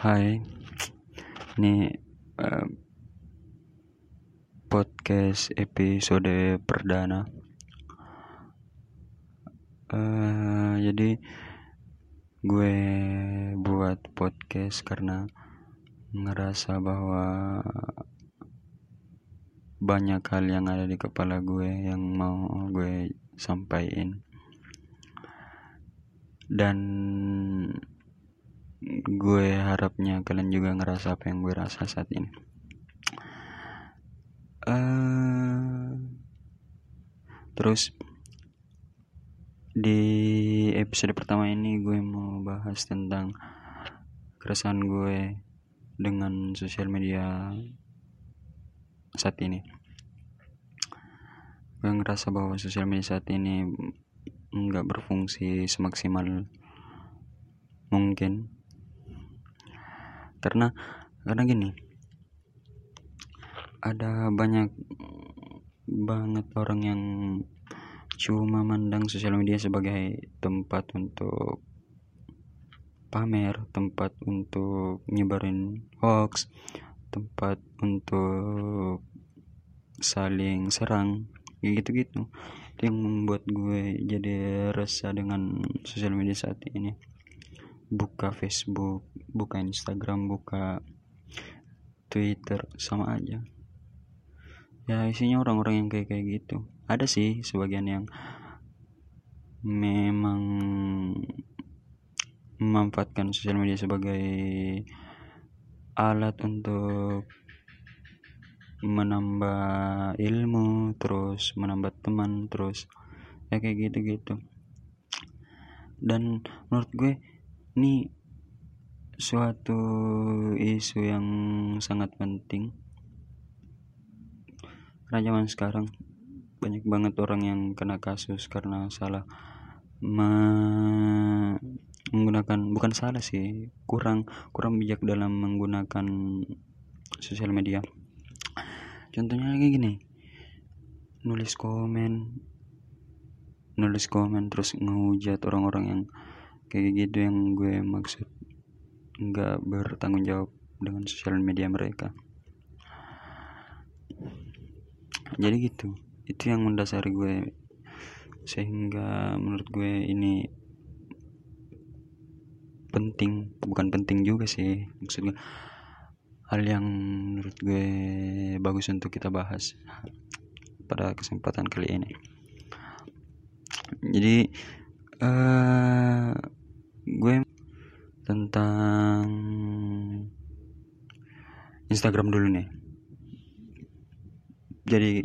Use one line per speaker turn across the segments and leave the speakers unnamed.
Hai, ini podcast episode perdana. Jadi gue buat podcast karena ngerasa bahwa banyak hal yang ada di kepala gue yang mau gue sampaikan, dan gue harapnya kalian juga ngerasa apa yang gue rasa saat ini. Terus di episode pertama ini gue mau bahas tentang keresahan gue dengan sosial media saat ini. Gue ngerasa bahwa sosial media saat ini nggak berfungsi semaksimal mungkin, karena gini, ada banyak banget orang yang cuma mandang sosial media sebagai tempat untuk pamer, tempat untuk nyebarin hoax, tempat untuk saling serang, kayak gitu-gitu. Itu yang membuat gue jadi resah dengan sosial media saat ini. Buka Facebook, buka Instagram, buka Twitter, sama aja ya isinya orang-orang yang kayak gitu. Ada sih sebagian yang memang memanfaatkan sosial media sebagai alat untuk menambah ilmu, terus menambah teman, terus ya kayak gitu-gitu. Dan menurut gue ini suatu isu yang sangat penting, karena zaman sekarang banyak banget orang yang kena kasus karena salah menggunakan, bukan salah sih, kurang bijak dalam menggunakan sosial media. Contohnya kayak gini, nulis komen terus ngehujat orang-orang yang kayak gitu, yang gue maksud nggak bertanggung jawab dengan sosial media mereka. Jadi gitu, itu yang mendasari gue, sehingga menurut gue ini penting, bukan penting juga sih, maksudnya hal yang menurut gue bagus untuk kita bahas pada kesempatan kali ini. Jadi gue tentang Instagram dulu nih. Jadi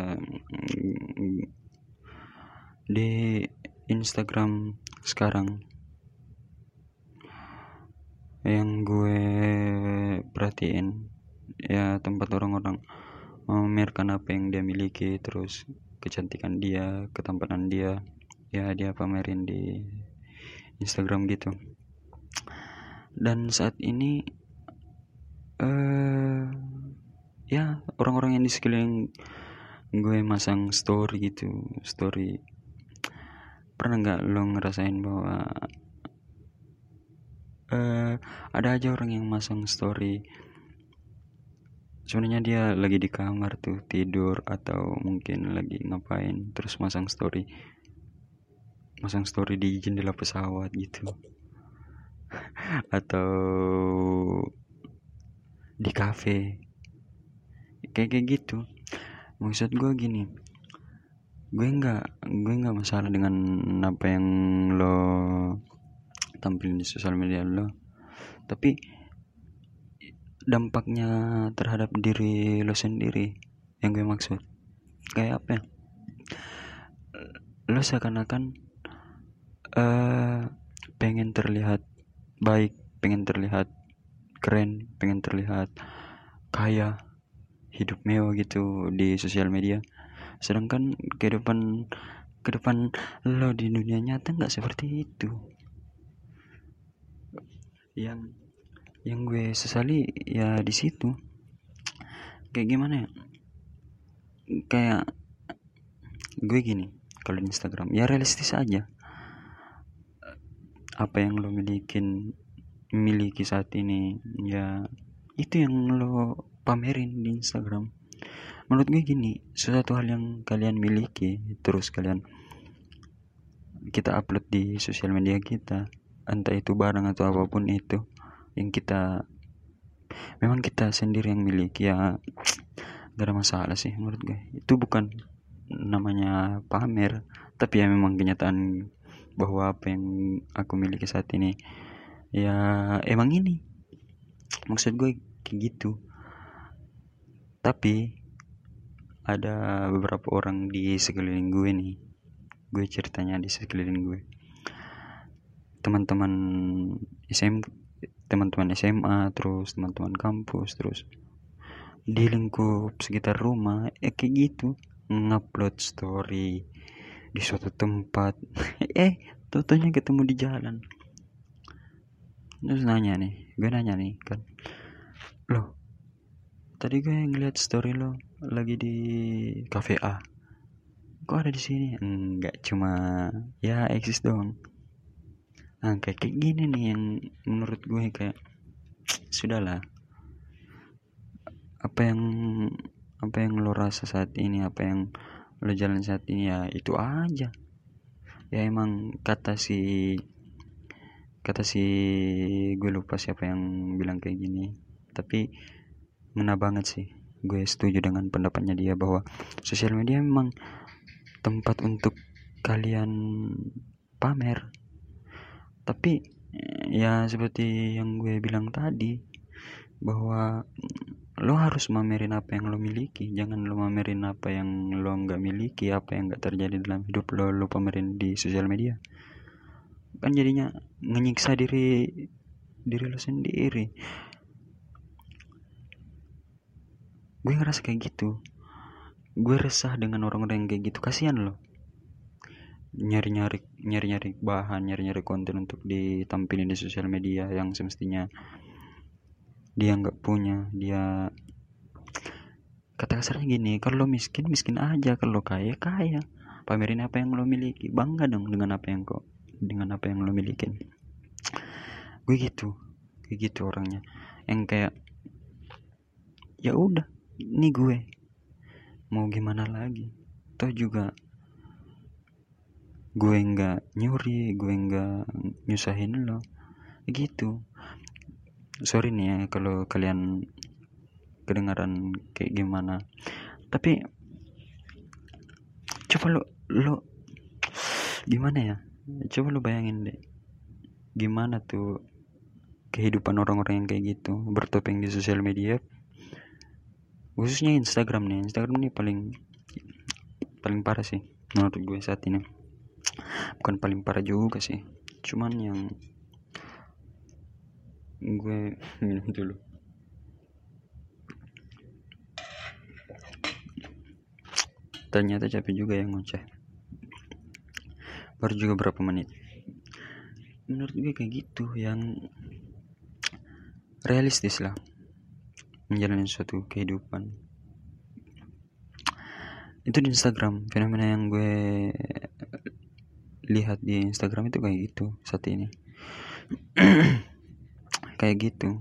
di Instagram sekarang yang gue perhatiin ya tempat orang-orang memamerkan apa yang dia miliki, terus kecantikan dia, ketampanan dia, ya dia pamerin di Instagram gitu. Dan saat ini ya orang-orang yang di sekeliling gue masang story gitu. Pernah nggak lo ngerasain bahwa ada aja orang yang masang story, sebenarnya dia lagi di kamar tuh tidur atau mungkin lagi ngapain, terus masang story di jendela pesawat gitu atau di kafe kayak gitu. Maksud gue gini, gue nggak masalah dengan apa yang lo tampilin di sosial media lo, tapi dampaknya terhadap diri lo sendiri yang gue maksud kayak apa ya? Lo seakan-akan pengen terlihat baik, pengen terlihat keren, pengen terlihat kaya, hidup mewah gitu di sosial media, sedangkan kehidupan lo di dunia nyata nggak seperti itu. Yang gue sesali ya di situ, kayak gimana ya, kayak gue gini, kalau di Instagram ya realistis aja, apa yang lo milikin miliki saat ini, ya itu yang lo pamerin di Instagram. Menurut gue gini, sesuatu hal yang kalian miliki terus kita upload di sosial media kita, entah itu barang atau apapun itu yang memang kita sendiri yang miliki, ya gak ada masalah sih menurut gue. Itu bukan namanya pamer, tapi ya memang kenyataan bahwa apa yang aku miliki saat ini ya emang ini, maksud gue kayak gitu. Tapi ada beberapa orang di sekeliling gue nih, gue ceritanya di sekeliling gue, teman-teman SMA, terus teman-teman kampus, terus di lingkup sekitar rumah, kayak gitu, ngupload story di suatu tempat totonya ketemu di jalan. Terus gue nanya nih kan, loh tadi gue ngeliat story lo lagi di cafe A, kok ada di sini? Enggak, cuma ya eksis doang. Nah kayak gini nih yang menurut gue kayak sudahlah, apa yang lo rasa saat ini, apa yang lo jalan saat ini, ya itu aja. Ya emang kata si gue lupa siapa yang bilang kayak gini, tapi ngena banget sih. Gue setuju dengan pendapatnya dia bahwa sosial media memang tempat untuk kalian pamer. Tapi ya seperti yang gue bilang tadi, bahwa lo harus mamerin apa yang lo miliki, jangan lo mamerin apa yang lo nggak miliki, apa yang nggak terjadi dalam hidup lo pamerin di sosial media. Kan jadinya menyiksa diri lo sendiri. Gue ngerasa kayak gitu, gue resah dengan orang-orang yang kayak gitu. Kasihan lo, nyari-nyari bahan, nyari-nyari konten untuk ditampilin di sosial media yang semestinya dia nggak punya. Dia kata kasarnya gini, kalau lo miskin aja, kalau kaya pamerin apa yang lo miliki, bangga dong dengan apa yang lo milikin. Gue kayak gitu orangnya, yang kayak ya udah, ini gue mau gimana lagi, toh juga gue nggak nyuri, gue nggak nyusahin lo gitu. Sorry nih ya kalau kalian kedengaran kayak gimana, tapi coba lo gimana ya, coba lo bayangin deh gimana tuh kehidupan orang-orang yang kayak gitu bertopeng di sosial media, khususnya Instagram nih paling parah sih menurut gue saat ini. Bukan paling parah juga sih, cuman yang gue minum dulu. Ternyata capek juga yang ngoceh, baru juga berapa menit. Menurut gue kayak gitu, yang realistis lah menjalani suatu kehidupan. Itu di Instagram, fenomena yang gue lihat di Instagram itu kayak gitu saat ini. Kayak gitu.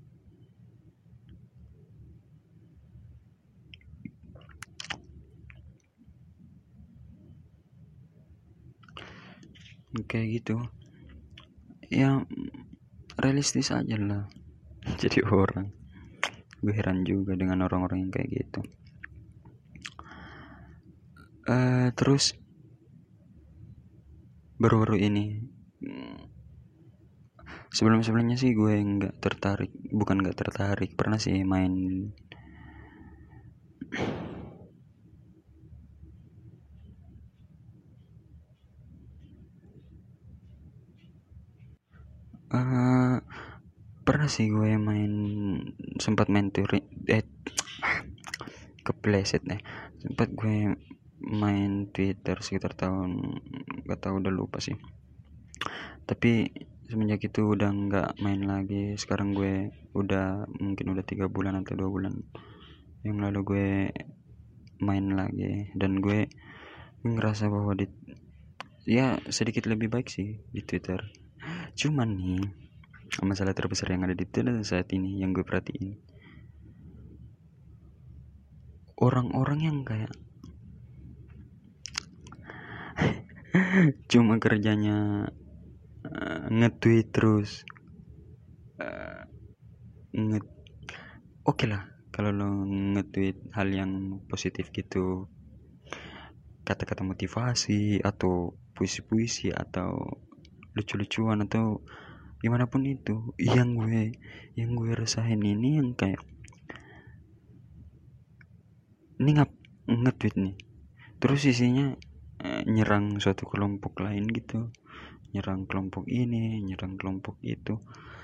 Kayak gitu. Ya realistis aja lah jadi orang. Gue heran juga dengan orang-orang yang kayak gitu. Terus baru-baru ini, sebelumnya sih gue bukan nggak tertarik, pernah sih main pernah sih gue sempat main kepleset sempat gue main Twitter sekitar tahun, gak tahu, udah lupa sih. Tapi semenjak itu udah nggak main lagi. Sekarang gue mungkin udah 3 bulan atau 2 bulan yang lalu gue main lagi, dan gue ngerasa bahwa ya sedikit lebih baik sih di Twitter. Cuman nih masalah terbesar yang ada di Twitter saat ini yang gue perhatiin, orang-orang yang kayak cuma kerjanya nge-tweet terus, oke lah kalau lo nge-tweet hal yang positif gitu, kata-kata motivasi atau puisi-puisi atau lucu-lucuan atau gimana pun itu. Yang gue rasain ini yang kayak ini nge-tweet nih terus isinya nyerang suatu kelompok lain gitu, nyerang kelompok ini, nyerang kelompok itu.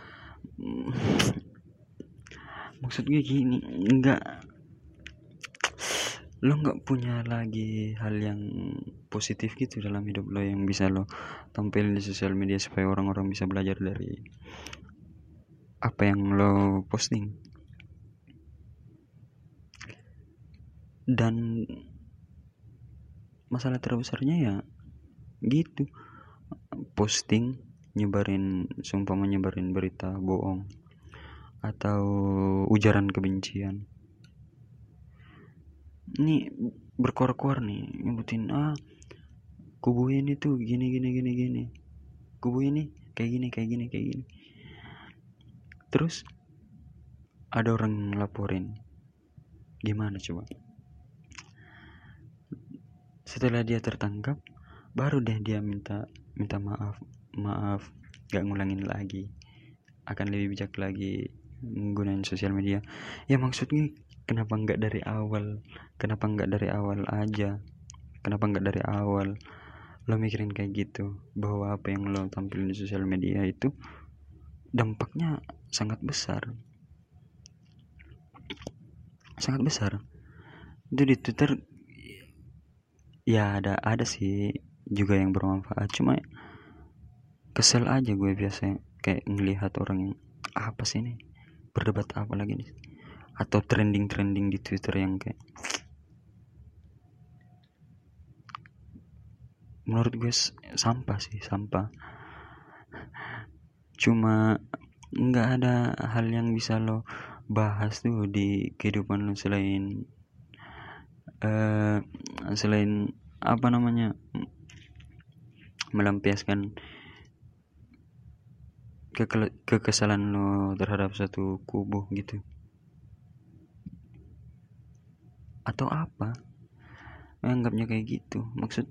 Maksud gue gini, lo nggak punya lagi hal yang positif gitu dalam hidup lo yang bisa lo tampilin di sosial media supaya orang-orang bisa belajar dari apa yang lo posting. Dan masalah terbesarnya ya gitu, posting nyebarin berita bohong atau ujaran kebencian. Ini berkoar-koar nih nyebutin kubu ini tuh gini, kubu ini kayak gini. Terus ada orang ngelaporin, gimana coba? Setelah dia tertangkap, baru deh dia minta maaf, gak ngulangin lagi, akan lebih bijak lagi menggunakan sosial media. Ya maksudnya kenapa nggak dari awal aja, kenapa nggak dari awal lo mikirin kayak gitu, bahwa apa yang lo tampilin di sosial media itu dampaknya sangat besar itu di Twitter. Ya ada sih juga yang bermanfaat, cuma kesel aja gue biasanya kayak ngelihat orang yang apa sih ini, berdebat apa lagi nih, atau trending di Twitter yang kayak menurut gue sampah. Cuma nggak ada hal yang bisa lo bahas tuh di kehidupan lo selain apa namanya, melampiaskan kekesalan lo terhadap satu kubu gitu, atau apa, anggapnya kayak gitu. Maksud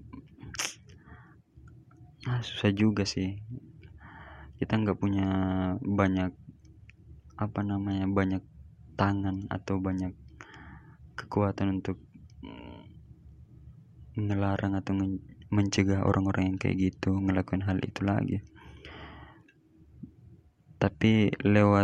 susah juga sih, kita nggak punya banyak banyak tangan atau banyak kekuatan untuk ngelarang atau mencegah orang-orang yang kayak gitu ngelakuin hal itu lagi. Tapi lewat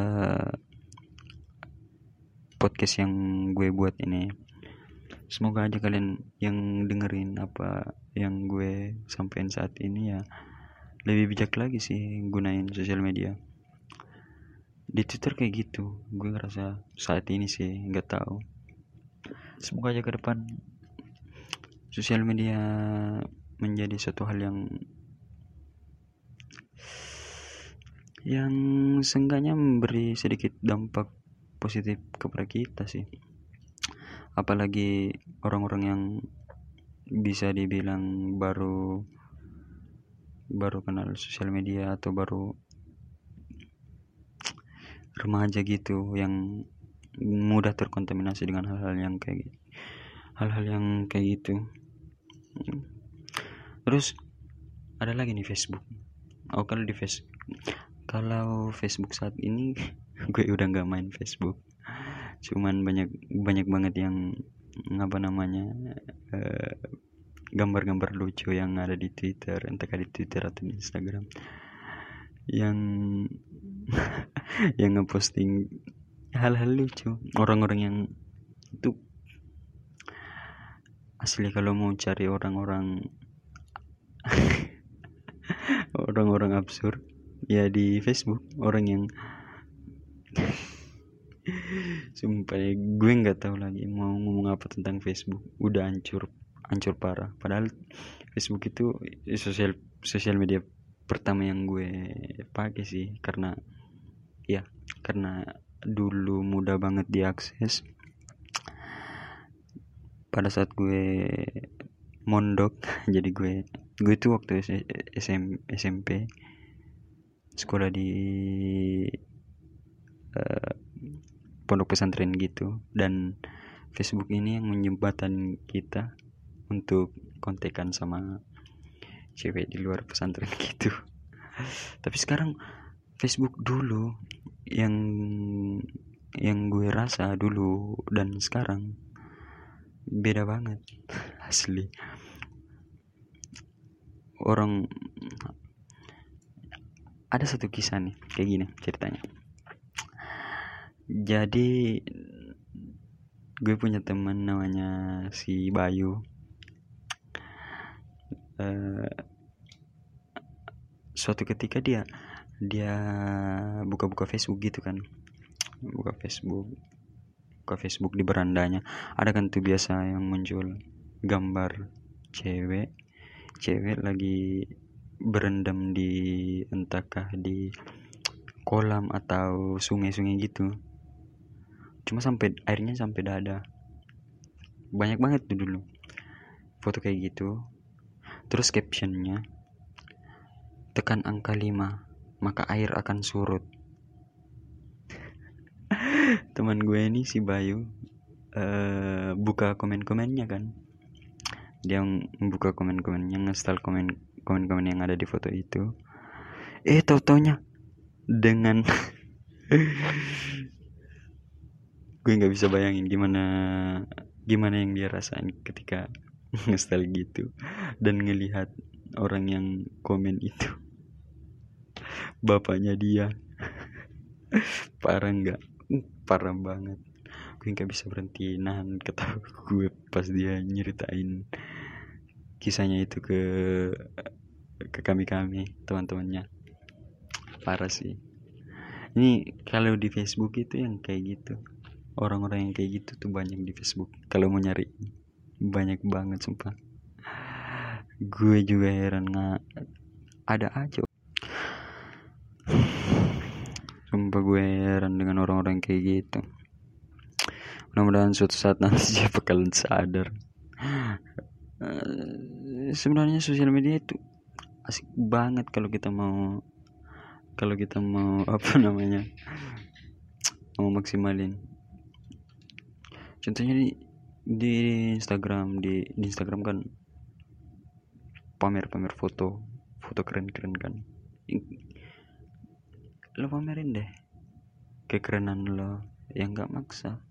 podcast yang gue buat ini, semoga aja kalian yang dengerin apa yang gue sampein saat ini ya lebih bijak lagi sih gunain sosial media. Di Twitter kayak gitu gue ngerasa saat ini sih, nggak tahu, semoga aja ke depan sosial media menjadi suatu hal yang seenggaknya memberi sedikit dampak positif kepada kita sih. Apalagi orang-orang yang bisa dibilang baru kenal sosial media atau baru remaja gitu, yang mudah terkontaminasi dengan hal-hal yang kayak gitu. Terus ada lagi nih Facebook. Kalau Facebook saat ini gue udah nggak main Facebook, cuman banyak banget yang gambar-gambar lucu yang ada di Twitter, entah di Twitter atau di Instagram, yang yang ngeposting hal-hal lucu. Orang-orang yang itu asli kalau mau cari orang-orang absurd ya di Facebook, orang yang sumpah gue nggak tahu lagi mau ngomong apa tentang Facebook, udah hancur parah. Padahal Facebook itu sosial media pertama yang gue pakai sih, karena dulu mudah banget diakses pada saat gue mondok. Jadi gue tuh waktu SMP sekolah di pondok pesantren gitu, dan Facebook ini yang menjembatani kita untuk kontekan sama cewek di luar pesantren gitu. Tapi sekarang Facebook dulu yang gue rasa dulu dan sekarang beda banget. Asli, orang ada satu kisah nih kayak gini ceritanya. Jadi gue punya teman namanya si Bayu. Suatu ketika dia buka Facebook gitu kan, buka Facebook di berandanya. Ada kan tuh biasa yang muncul gambar cewek lagi berendam di entahkah di kolam atau sungai gitu, cuma airnya sampai dada. Banyak banget tuh dulu foto kayak gitu. Terus captionnya, tekan angka 5 maka air akan surut. Teman gue ini si Bayu buka komen-komennya kan, dia membuka komen-komennya, nge-install komen-komen yang ada di foto itu. Tau-taunya dengan gue nggak bisa bayangin gimana yang dia rasain ketika nge-install gitu dan ngelihat orang yang komen itu bapaknya dia. Parah banget. Gue nggak bisa berhenti nahan ketawa gue pas dia nyeritain kisahnya itu ke kami teman-temannya. Parah sih. Ini kalau di Facebook itu yang kayak gitu, orang-orang yang kayak gitu tuh banyak di Facebook. Kalau mau nyari banyak banget sumpah. Gue juga heran, nggak ada aja. Sumpah gue heran dengan orang-orang kayak gitu. Mudah-mudahan suatu saat nanti dia bakalan sadar. Sebenarnya sosial media itu asik banget kalau kita mau apa namanya, mau maksimalin. Contohnya di Instagram, di Instagram kan pamer foto keren kan. Lo pamerin deh kekerenan lo yang gak maksa.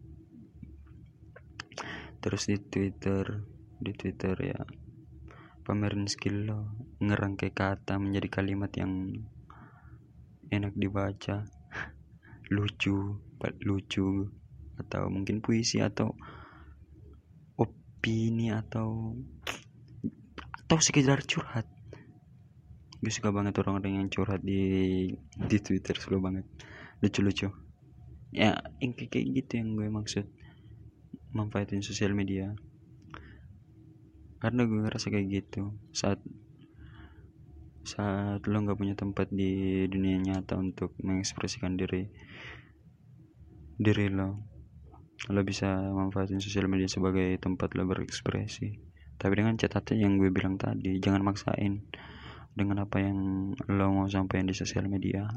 Terus di Twitter ya pamerin skill lo, ngerangkai kata menjadi kalimat yang enak dibaca, lucu atau mungkin puisi atau opini atau sekedar curhat. Gue suka banget orang-orang yang curhat di Twitter, suka banget, lucu ya, yang kayak gitu yang gue maksud manfaatin sosial media. Karena gue ngerasa kayak gitu, saat lo nggak punya tempat di dunia nyata untuk mengekspresikan diri lo bisa manfaatin sosial media sebagai tempat lo berekspresi. Tapi dengan catatan yang gue bilang tadi, jangan maksain dengan apa yang lo mau sampaikan di sosial media.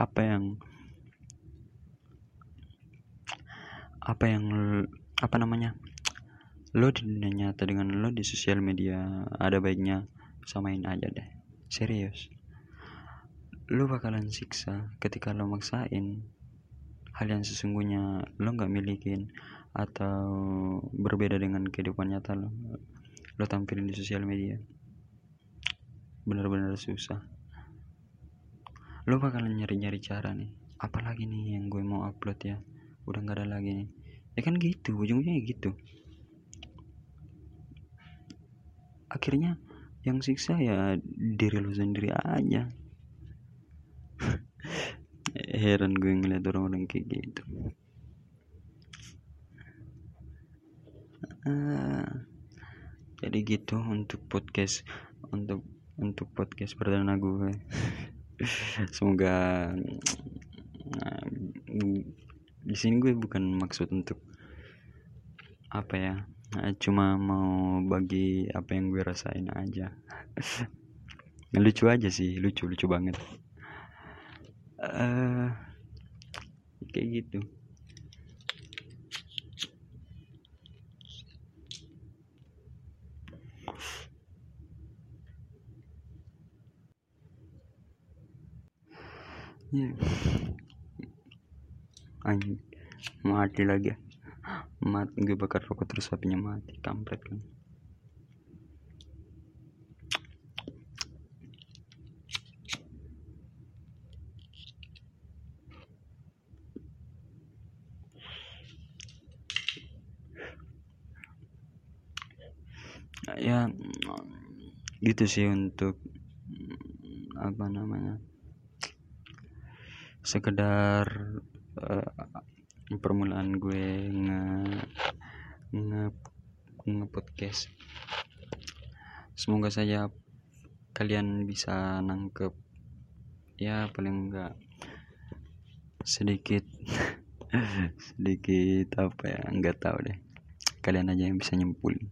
Apa namanya, lo di dunia nyata dengan lo di sosial media ada baiknya samain aja deh. Serius, lo bakalan siksa ketika lo maksain hal yang sesungguhnya lo gak milikin atau berbeda dengan kehidupan nyata lo tampilin di sosial media. Benar-benar susah. Lo bakalan nyari cara nih, apalagi nih yang gue mau upload ya, udah gak ada lagi nih. Ya kan gitu, ujung-ujungnya gitu. Akhirnya yang siksa ya diri lo sendiri aja. Heran gue ngeliat orang-orang kayak gitu. Jadi gitu untuk podcast untuk podcast perdana gue. Semoga di sini gue bukan maksud untuk apa ya, cuma mau bagi apa yang gue rasain aja. Lucu aja sih, lucu banget. Kayak gitu. Anjing, mati lagi. Mati, gue bakar rokok terus apinya mati, kampret kan. Ya gitu sih untuk apa namanya, sekedar permulaan gue nge-podcast. Semoga saja kalian bisa nangkep, ya paling enggak sedikit apa ya, enggak tahu deh, kalian aja yang bisa nyimpulin.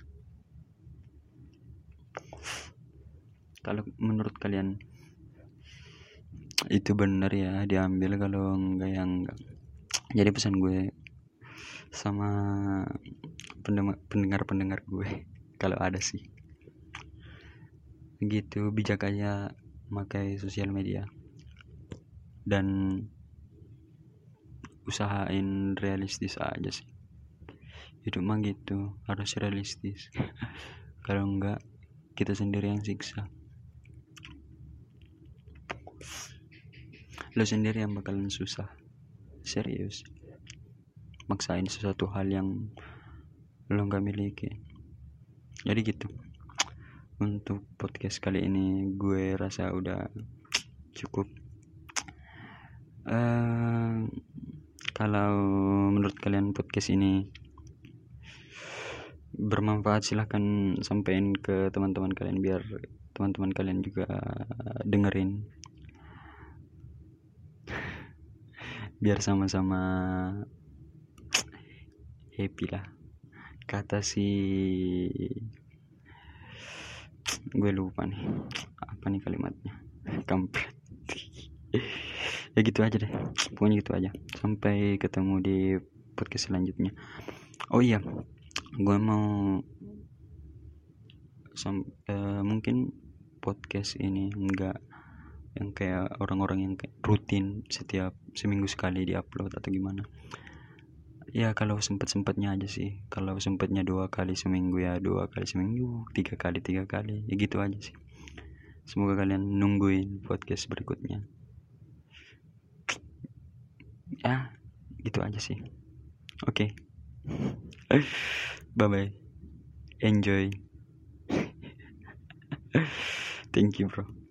Kalau menurut kalian itu benar ya diambil, kalau enggak ya enggak. Jadi pesan gue sama pendengar gue, kalau ada sih, gitu, bijak aja pakai sosial media dan usahain realistis aja sih. Hidup mah gitu, harus realistis. Kalau enggak kita sendiri yang siksa, lo sendiri yang bakalan susah. Serius, maksain sesuatu hal yang lo nggak miliki. Jadi gitu, untuk podcast kali ini gue rasa udah cukup. Kalau menurut kalian podcast ini bermanfaat, silahkan sampein ke teman-teman kalian biar teman-teman kalian juga dengerin, biar sama-sama happy lah. Kata si gue lupa nih apa nih kalimatnya, kampret. Ya gitu aja deh, pokoknya gitu aja. Sampai ketemu di podcast selanjutnya. Oh iya, gue mau mungkin podcast ini enggak yang kayak orang-orang yang kayak rutin setiap seminggu sekali diupload atau gimana. Ya kalau sempatnya aja sih. Kalau sempatnya 2 kali seminggu ya 2 kali seminggu, 3 kali ya gitu aja sih. Semoga kalian nungguin podcast berikutnya. Ya gitu aja sih. Oke. Bye bye, enjoy. Thank you bro.